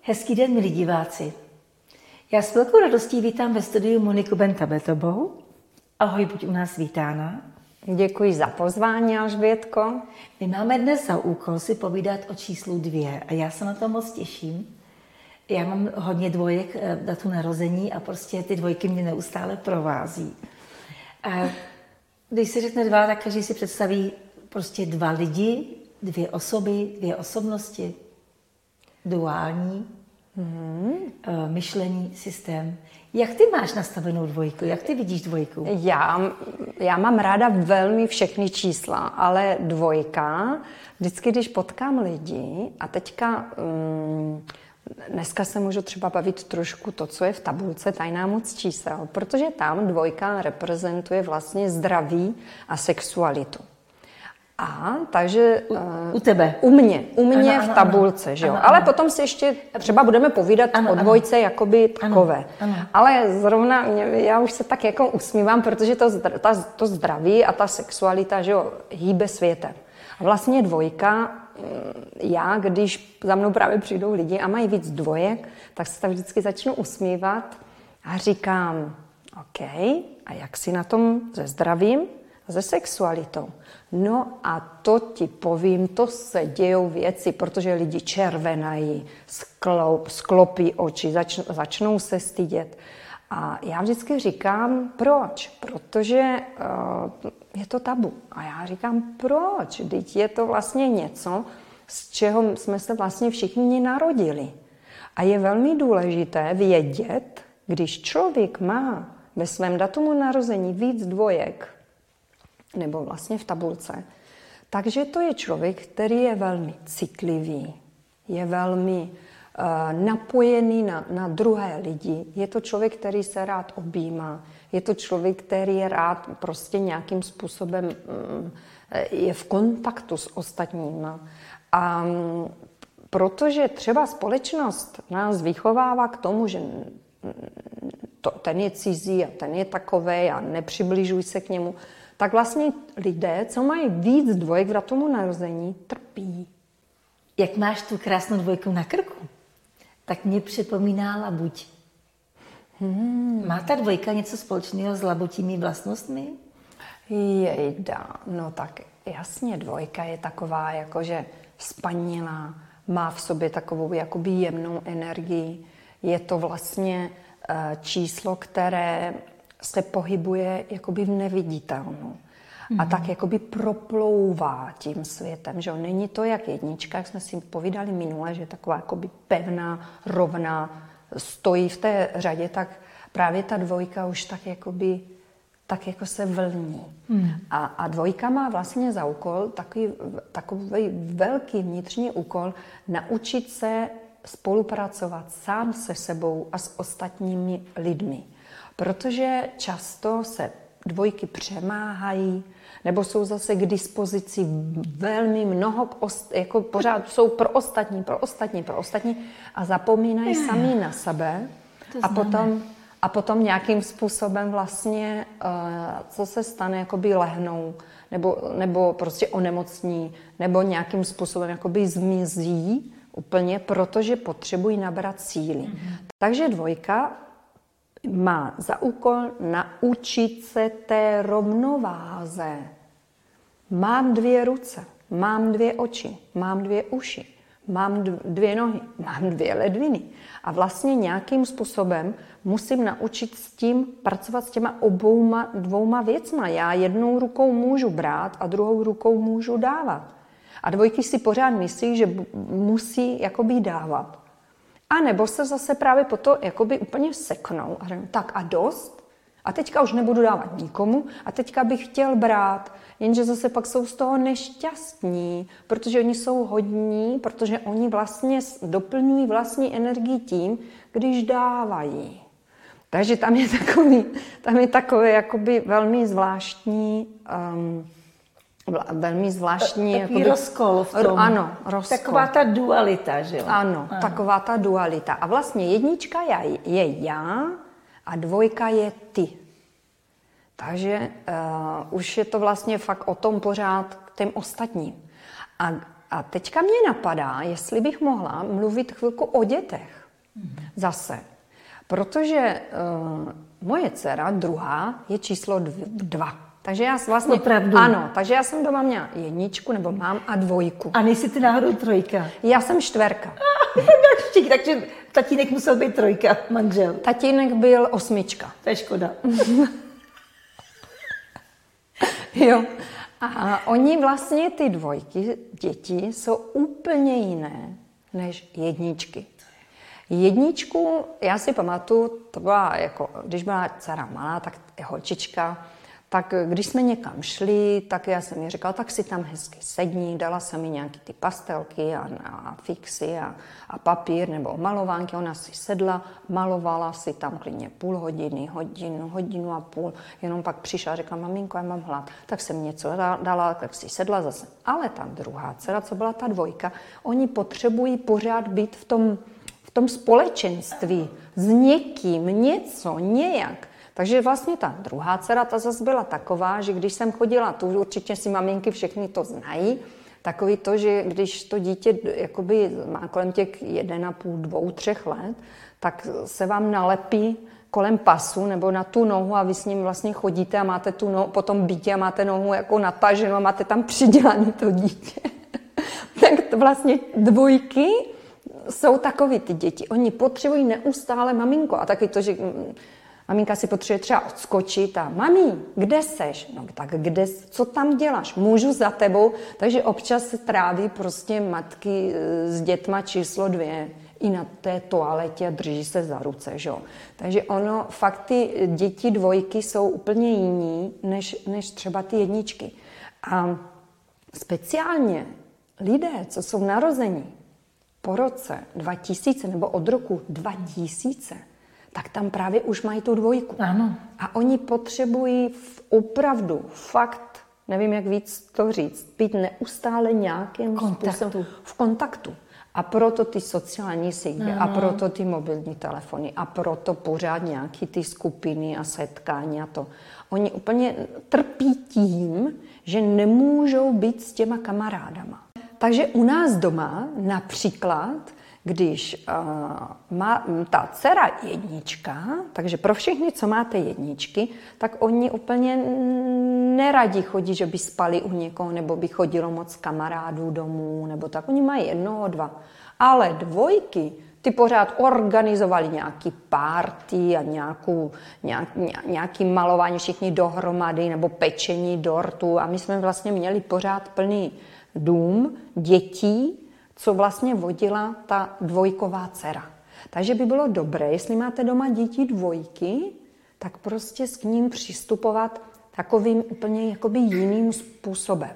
Hezký den, milí diváci. Já s velkou radostí vítám ve studiu Moniku Benta-Betovou. Ahoj, buď u nás vítána. Děkuji za pozvání, Alžbětko. My máme dnes za úkol si povídat o číslu 2 a já se na to moc těším. Já mám hodně dvojek datu narození a prostě ty dvojky mě neustále provází. A když se řekne 2, tak každý si představí prostě 2 lidi, 2 osoby, 2 osobnosti. Duální myšlení, systém. Jak ty máš nastavenou dvojku? Jak ty vidíš dvojku? Já mám ráda velmi všechny čísla, ale 2, vždycky, když potkám lidi a teďka dneska se můžu třeba bavit trošku to, co je v tabulce Tajná moc čísel, protože tam 2 reprezentuje vlastně zdraví a sexualitu. A takže u tebe. U mě v tabulce, že jo. Ano. Ale potom si ještě třeba budeme povídat o 2 jakoby takové. Ano. Ale zrovna já už se tak jako usmívám, protože to zdraví a ta sexualita, že jo, hýbe světem. A vlastně 2, já, když za mnou právě přijdou lidi a mají víc 2, tak se tam vždycky začnu usmívat a říkám, OK, a jak si na tom se zdravím a se sexualitou? No a to ti povím, to se dějou věci, protože lidi červenají, sklopí oči, začnou se stydět. A já vždycky říkám, proč? Protože je to tabu. A já říkám, proč? Vždyť je to vlastně něco, z čeho jsme se vlastně všichni narodili. A je velmi důležité vědět, když člověk má ve svém datumu narození víc 2, nebo vlastně v tabulce, takže to je člověk, který je velmi citlivý, je velmi napojený na druhé lidi. Je to člověk, který se rád objímá. Je to člověk, který je rád prostě nějakým způsobem je v kontaktu s ostatníma. A protože třeba společnost nás vychovává k tomu, že ten je cizí a ten je takovej a nepřibližuj se k němu, tak vlastně lidé, co mají víc 2 v datumu narození, trpí. Jak máš tu krásnou 2 na krku, tak mě připomíná labuť. Má ta 2 něco společného s labutími vlastnostmi? Jejda, no tak jasně, 2 je taková jakože spanilá, má v sobě takovou jakoby jemnou energii. Je to vlastně číslo, které se pohybuje jakoby v neviditelnu. A tak jakoby proplouvá tím světem, že není to jak 1, jak jsme si povídali minule, že je taková jakoby pevná, rovná, stojí v té řadě, tak právě ta 2 už tak jako se vlní. A 2 má vlastně za úkol takový velký vnitřní úkol naučit se spolupracovat sám se sebou a s ostatními lidmi. Protože často se 2 přemáhají, nebo jsou zase k dispozici velmi mnoho, jako pořád jsou pro ostatní a zapomínají sami na sebe a potom nějakým způsobem vlastně, co se stane, jakoby lehnou, nebo prostě onemocní, nebo nějakým způsobem jakoby zmizí úplně, protože potřebují nabrat síly. Takže 2 má za úkol naučit se té rovnováze. Mám 2 ruce, mám 2 oči, mám 2 uši, mám 2 nohy, mám 2 ledviny. A vlastně nějakým způsobem musím naučit pracovat s těma 2 věcma. Já 1 rukou můžu brát a 2 rukou můžu dávat. A 2 si pořád myslí, že musí jakoby dávat. A nebo se zase právě po to jakoby úplně seknou a řeknou, tak a dost, a teďka už nebudu dávat nikomu a teďka bych chtěl brát, jenže zase pak jsou z toho nešťastní, protože oni jsou hodní, protože oni vlastně doplňují vlastní energii tím, když dávají. Takže tam je takový jakoby velmi zvláštní takový jakoby, rozkol v tom. Ano, rozkol. Taková ta dualita, že jo? Ano, taková ta dualita. A vlastně 1 je já a 2 je ty. Takže už je to vlastně fakt o tom pořád těm ostatním. A A teďka mě napadá, jestli bych mohla mluvit chvilku o dětech. Zase. Protože moje dcera, druhá, je číslo 2. Takže já vlastně... Opravdu? Ano, takže já jsem doma měla 1, nebo mám, a 2. A nejsi ty náhodou 3? Já jsem 4. Takže tatínek musel být 3, manžel. Tatínek byl 8. To je škoda. Jo. A oni vlastně, ty 2 děti, jsou úplně jiné než 1. 1, já si pamatuju, to byla jako, když byla dcera malá, tak je holčička, tak když jsme někam šli, tak já jsem jí říkala, tak si tam hezky sedni, dala jsem jí nějaký ty pastelky a fixy a papír nebo malovánky, ona si sedla, malovala si tam klidně půl hodiny, hodinu a půl, jenom pak přišla a řekla, maminko, já mám hlad, tak jsem něco dala, tak si sedla zase. Ale ta druhá dcera, co byla ta 2, oni potřebují pořád být v tom společenství s někým, něco, nějak. Takže vlastně ta druhá dcera, ta zase byla taková, že když jsem chodila, tu určitě si maminky všechny to znají, takový to, že když to dítě jakoby má kolem těch 1,5, 2, 3 let, tak se vám nalepí kolem pasu nebo na tu nohu a vy s ním vlastně chodíte a máte tu nohu, po tom bytě a máte nohu jako nataženou a máte tam přidělaný to dítě. Tak to vlastně 2 jsou takový ty děti. Oni potřebují neustále maminko a taky to, že maminka si potřebuje třeba odskočit a mami, kde seš? No tak kde, co tam děláš? Můžu za tebou? Takže občas se tráví prostě matky s dětma číslo 2 i na té toaletě a drží se za ruce, že jo? Takže ono, fakt ty děti 2 jsou úplně jiní, než třeba ty 1. A speciálně lidé, co jsou narození po roce 2000 nebo od roku 2000, tak tam právě už mají tu 2. Ano. A oni potřebují opravdu, fakt, nevím, jak víc to říct, být neustále nějakým způsobem v kontaktu. A proto ty sociální sítě, a proto ty mobilní telefony, a proto pořád nějaký ty skupiny a setkání a to. Oni úplně trpí tím, že nemůžou být s těma kamarádama. Takže u nás doma například, když má ta dcera 1, takže pro všechny, co máte 1, tak oni úplně neradi chodí, že by spali u někoho, nebo by chodilo moc kamarádů domů, nebo tak. Oni mají 1, 2. Ale 2, ty pořád organizovali nějaký party a nějaký malování všichni dohromady, nebo pečení dortu. A my jsme vlastně měli pořád plný dům dětí, co vlastně vodila ta 2 dcera. Takže by bylo dobré, jestli máte doma děti 2, tak prostě s ním přistupovat takovým úplně jakoby jiným způsobem.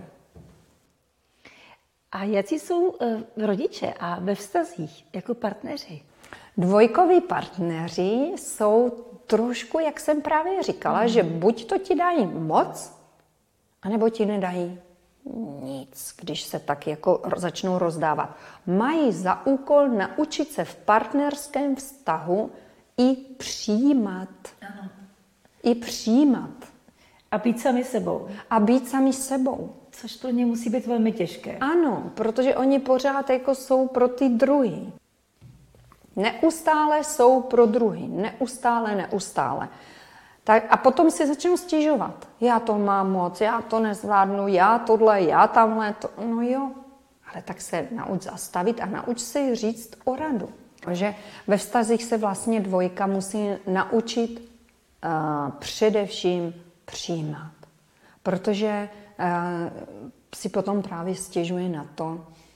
A jaký jsou rodiče a ve vztazích jako partneři? 2 partneři jsou trošku, jak jsem právě říkala, že buď to ti dají moc, anebo ti nedají nic, když se tak jako začnou rozdávat. Mají za úkol naučit se v partnerském vztahu i přijímat. Ano. I přijímat. A být sami sebou. A být sami sebou. Což pro ně musí být velmi těžké. Ano, protože oni pořád jako jsou pro ty druhý. Neustále jsou pro druhý. Neustále. Tak a potom si začnu stěžovat. Já to mám moc, já to nezvládnu, já tohle, já tamhle. No jo, ale tak se nauč zastavit a nauč se říct o radu. Že ve vztazích se vlastně 2 musí naučit především přijímat. Protože si potom právě stěžuje na to,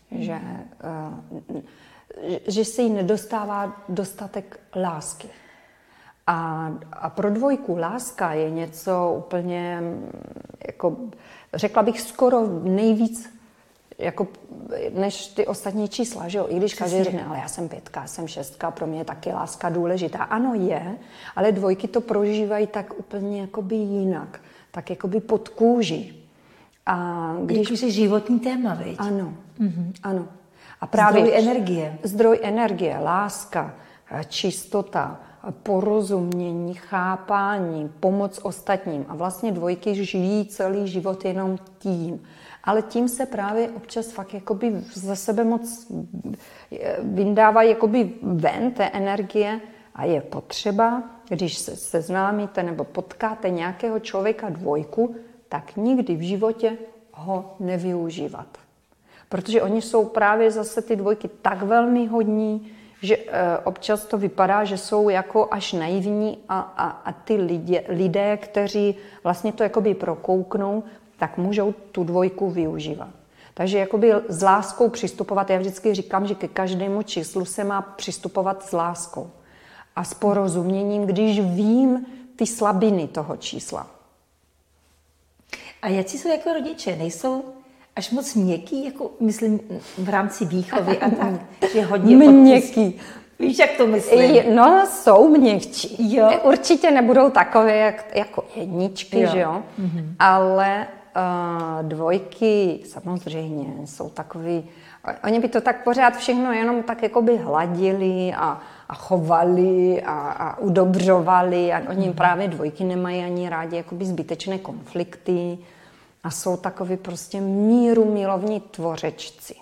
že se jí nedostává dostatek lásky. A pro 2 láska je něco úplně, jako, řekla bych, skoro nejvíc, jako, než ty ostatní čísla, že jo? I když každý řekne, ale já jsem 5, já jsem 6, pro mě je taky láska důležitá. Ano, je, ale 2 to prožívají tak úplně jakoby jinak, tak jakoby pod kůží. A když je životní téma, viď? Ano, ano. A právě zdroj energie. Zdroj energie, láska, čistota, porozumění, chápání, pomoc ostatním. A vlastně dvojky žijí celý život jenom tím. Ale tím se právě občas fakt jakoby ze sebe moc vyndávají jakoby ven té energie a je potřeba, když se seznámíte nebo potkáte nějakého člověka dvojku, tak nikdy v životě ho nevyužívat. Protože oni jsou právě zase ty dvojky tak velmi hodní, že občas to vypadá, že jsou jako až naivní a ty lidé, kteří vlastně to jakoby prokouknou, tak můžou tu dvojku využívat. Takže jakoby s láskou přistupovat, já vždycky říkám, že ke každému číslu se má přistupovat s láskou a s porozuměním, když vím ty slabiny toho čísla. A jaký jsou jako rodiče? Nejsou až moc měkký, jako myslím v rámci výchovy a tak, že hodně měkký. Víš, jak to myslím? No, jsou měkčí. Jo. Určitě nebudou takové jako jedničky, jo. Že jo? Mm-hmm. Ale dvojky samozřejmě jsou takový, oni by to tak pořád všechno jenom tak jakoby hladili a chovali a udobřovali a oni právě dvojky nemají ani rádi jakoby zbytečné konflikty a jsou takový prostě míru milovní tvořečci.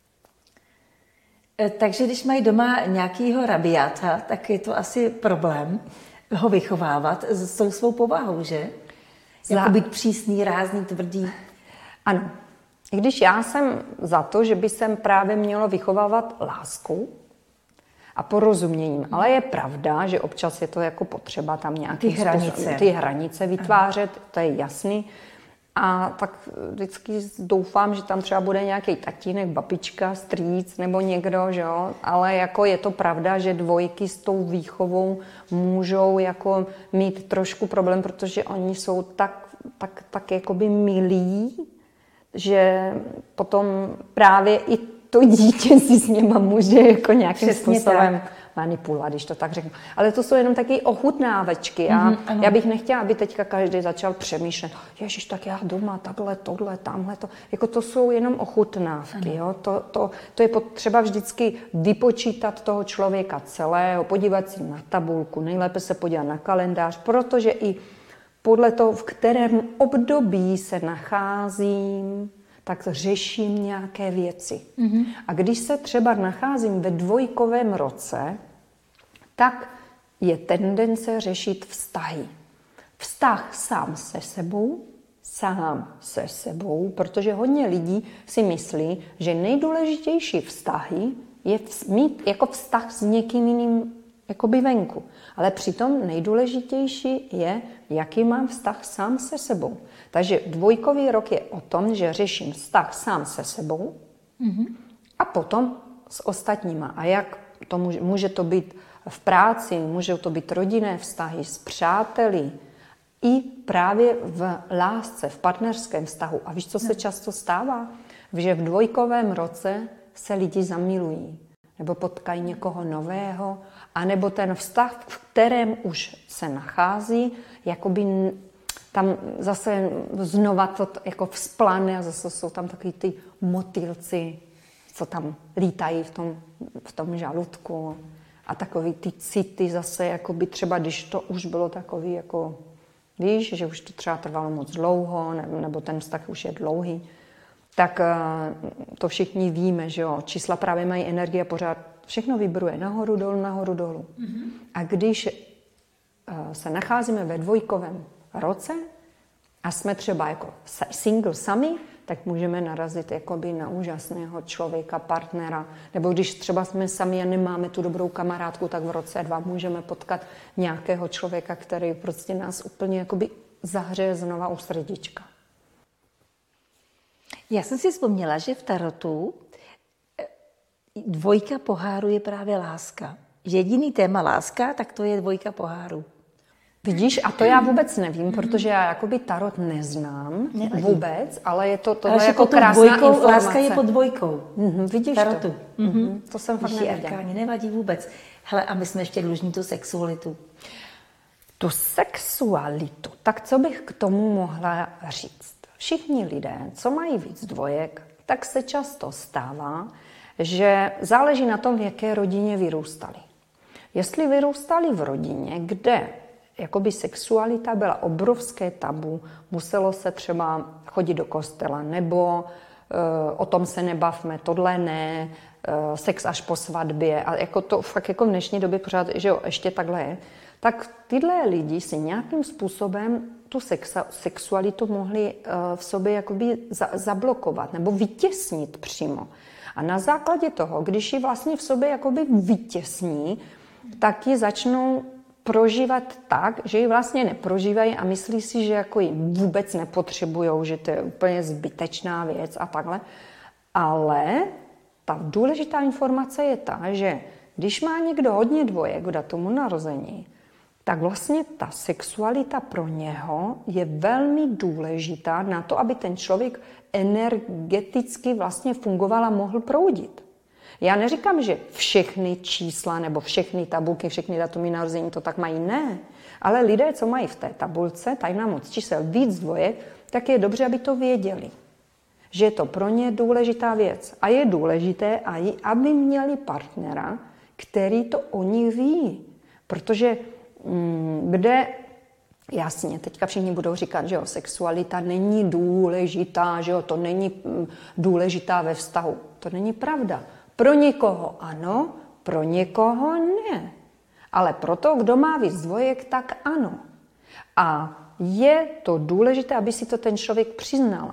Takže když mají doma nějakýho rabiáta, tak je to asi problém ho vychovávat s tou svou povahou, že? Jako být přísný, rázný, tvrdý. Ano. I když já jsem za to, že by se právě mělo vychovávat láskou a porozuměním. Ale je pravda, že občas je to jako potřeba tam nějaké ty hranice vytvářet, to je jasný. A tak vždycky doufám, že tam třeba bude nějaký tatínek, babička, strýc nebo někdo, že jo? Ale jako je to pravda, že dvojky s tou výchovou můžou jako mít trošku problém, protože oni jsou tak jakoby milí, že potom právě i to dítě si s něma může jako nějakým způsobem manipulovat, když to tak řeknu. Ale to jsou jenom taky ochutnávečky. Já bych nechtěla, aby teďka každý začal přemýšlet, ježiš, tak já doma, takhle, tohle, tamhle to. Jako to jsou jenom ochutnávky. Jo? To je potřeba vždycky vypočítat toho člověka celého, podívat si na tabulku, nejlépe se podívat na kalendář, protože i podle toho, v kterém období se nacházím, tak řeším nějaké věci. Mm-hmm. A když se třeba nacházím ve dvojkovém roce, tak je tendence řešit vztahy. Vztah sám se sebou, protože hodně lidí si myslí, že nejdůležitější vztahy je mít jako vztah s někým jiným jakoby venku. Ale přitom nejdůležitější je, jaký mám vztah sám se sebou. Takže dvojkový rok je o tom, že řeším vztah sám se sebou a potom s ostatníma. A jak to může to být v práci, může to být rodinné vztahy s přáteli, i právě v lásce, v partnerském vztahu. A víš, co se často stává? Že v dvojkovém roce se lidi zamilují, nebo potkají někoho nového, anebo ten vztah, v kterém už se nachází, jakoby tam zase znova to jako vzplane a zase jsou tam takový ty motýlci, co tam lítají v tom žaludku a takový ty city zase, jakoby třeba když to už bylo takový jako, víš, že už to třeba trvalo moc dlouho, nebo ten vztah už je dlouhý, tak to všichni víme, že jo, čísla právě mají energii a pořád všechno vibruje nahoru, dolů, nahoru, dolů. Mm-hmm. A když se nacházíme ve dvojkovém roce a jsme třeba jako single sami, tak můžeme narazit jakoby na úžasného člověka, partnera. Nebo když třeba jsme sami a nemáme tu dobrou kamarádku, tak v roce 2 můžeme potkat nějakého člověka, který prostě nás úplně jakoby zahřeje znova u srdíčka. Já jsem si vzpomněla, že v tarotu dvojka poháru je právě láska. Jediný téma láska, tak to je dvojka poháru. Vidíš, a to já vůbec nevím, protože já jakoby tarot neznám vůbec, ale je to tohle jako krásná informace. Láska je pod dvojkou. Vidíš tarotu. To jsem fakt nevěděla. Arkáni, nevadí vůbec. Hele, a my jsme ještě dlužní tu sexualitu. Tu sexualitu, tak co bych k tomu mohla říct? Všichni lidé, co mají víc dvojek, tak se často stává, že záleží na tom, v jaké rodině vyrůstali. Jestli vyrůstali v rodině, kde jakoby sexualita byla obrovské tabu, muselo se třeba chodit do kostela, nebo o tom se nebavme, tohle ne, sex až po svatbě, a jako to fakt jako v dnešní době pořád, že jo, ještě takhle je, tak tyhle lidi si nějakým způsobem tu sexualitu mohli v sobě jakoby zablokovat nebo vytěsnit přímo. A na základě toho, když ji vlastně v sobě jakoby vytěsní, tak ji začnou prožívat tak, že ji vlastně neprožívají a myslí si, že jako ji vůbec nepotřebujou, že to je úplně zbytečná věc a takhle. Ale ta důležitá informace je ta, že když má někdo hodně dvojek k datumu narození, tak vlastně ta sexualita pro něho je velmi důležitá na to, aby ten člověk energeticky vlastně fungoval a mohl proudit. Já neříkám, že všechny čísla nebo všechny tabulky, všechny datumy narození to tak mají, ne. Ale lidé, co mají v té tabulce tajná moc čísel víc dvojek, tak je dobře, aby to věděli. Že je to pro ně důležitá věc. A je důležité, aby měli partnera, který to o nich ví. Protože kde, jasně, teďka všichni budou říkat, že jo, sexualita není důležitá, že jo, to není důležitá ve vztahu. To není pravda. Pro někoho ano, pro někoho ne. Ale pro to, kdo má víc dvojek, tak ano. A je to důležité, aby si to ten člověk přiznal,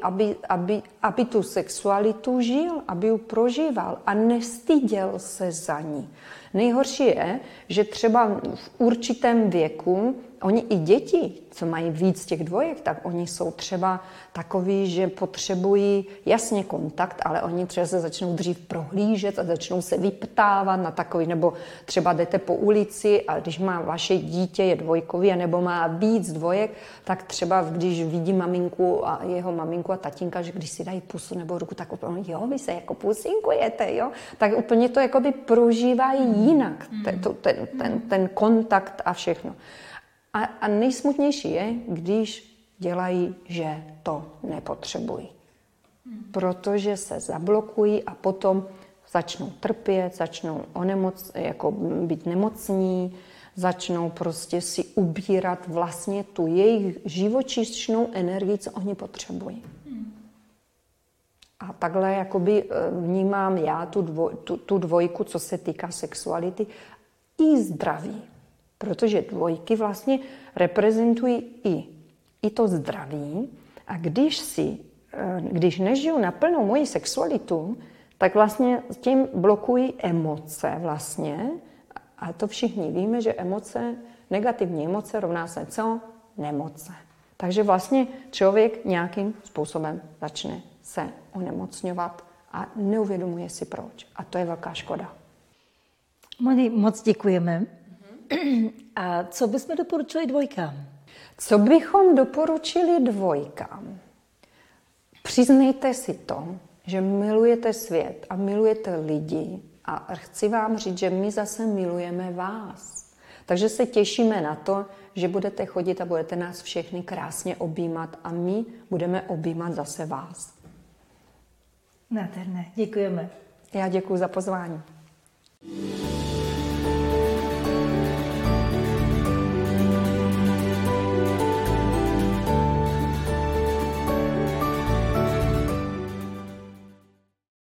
aby tu sexualitu žil, aby ji prožíval a nestyděl se za ní. Nejhorší je, že třeba v určitém věku, oni i děti, co mají víc těch dvojek, tak oni jsou třeba takoví, že potřebují jasně kontakt, ale oni třeba se začnou dřív prohlížet a začnou se vyptávat na takový, nebo třeba jdete po ulici a když má vaše dítě, je dvojkový, nebo má víc dvojek, tak třeba když vidí maminku a jeho maminku a tatínka, že když si dají pusu nebo ruku, tak úplně, jo, vy se jako pusinkujete, jo, tak úplně to jakoby prožívají jinak, ten kontakt a všechno. A nejsmutnější je, když dělají, že to nepotřebují. Protože se zablokují a potom začnou trpět, začnou jako být nemocní, začnou prostě si ubírat vlastně tu jejich živočišnou energii, co oni potřebují. A takhle jakoby vnímám já tu dvojku, co se týká sexuality i zdraví. Protože dvojky vlastně reprezentují i to zdraví. A když nežiju naplnou moji sexualitu, tak vlastně tím blokují emoce vlastně. A to všichni víme, že negativní emoce rovná se co? Nemoce. Takže vlastně člověk nějakým způsobem začne se onemocňovat a neuvědomuje si proč. A to je velká škoda. Moni, moc děkujeme. A co bychom doporučili dvojkám? Co bychom doporučili dvojkám? Přiznejte si to, že milujete svět a milujete lidi a chci vám říct, že my zase milujeme vás. Takže se těšíme na to, že budete chodit a budete nás všechny krásně objímat a my budeme objímat zase vás. Nádherné, děkujeme. Já děkuji za pozvání.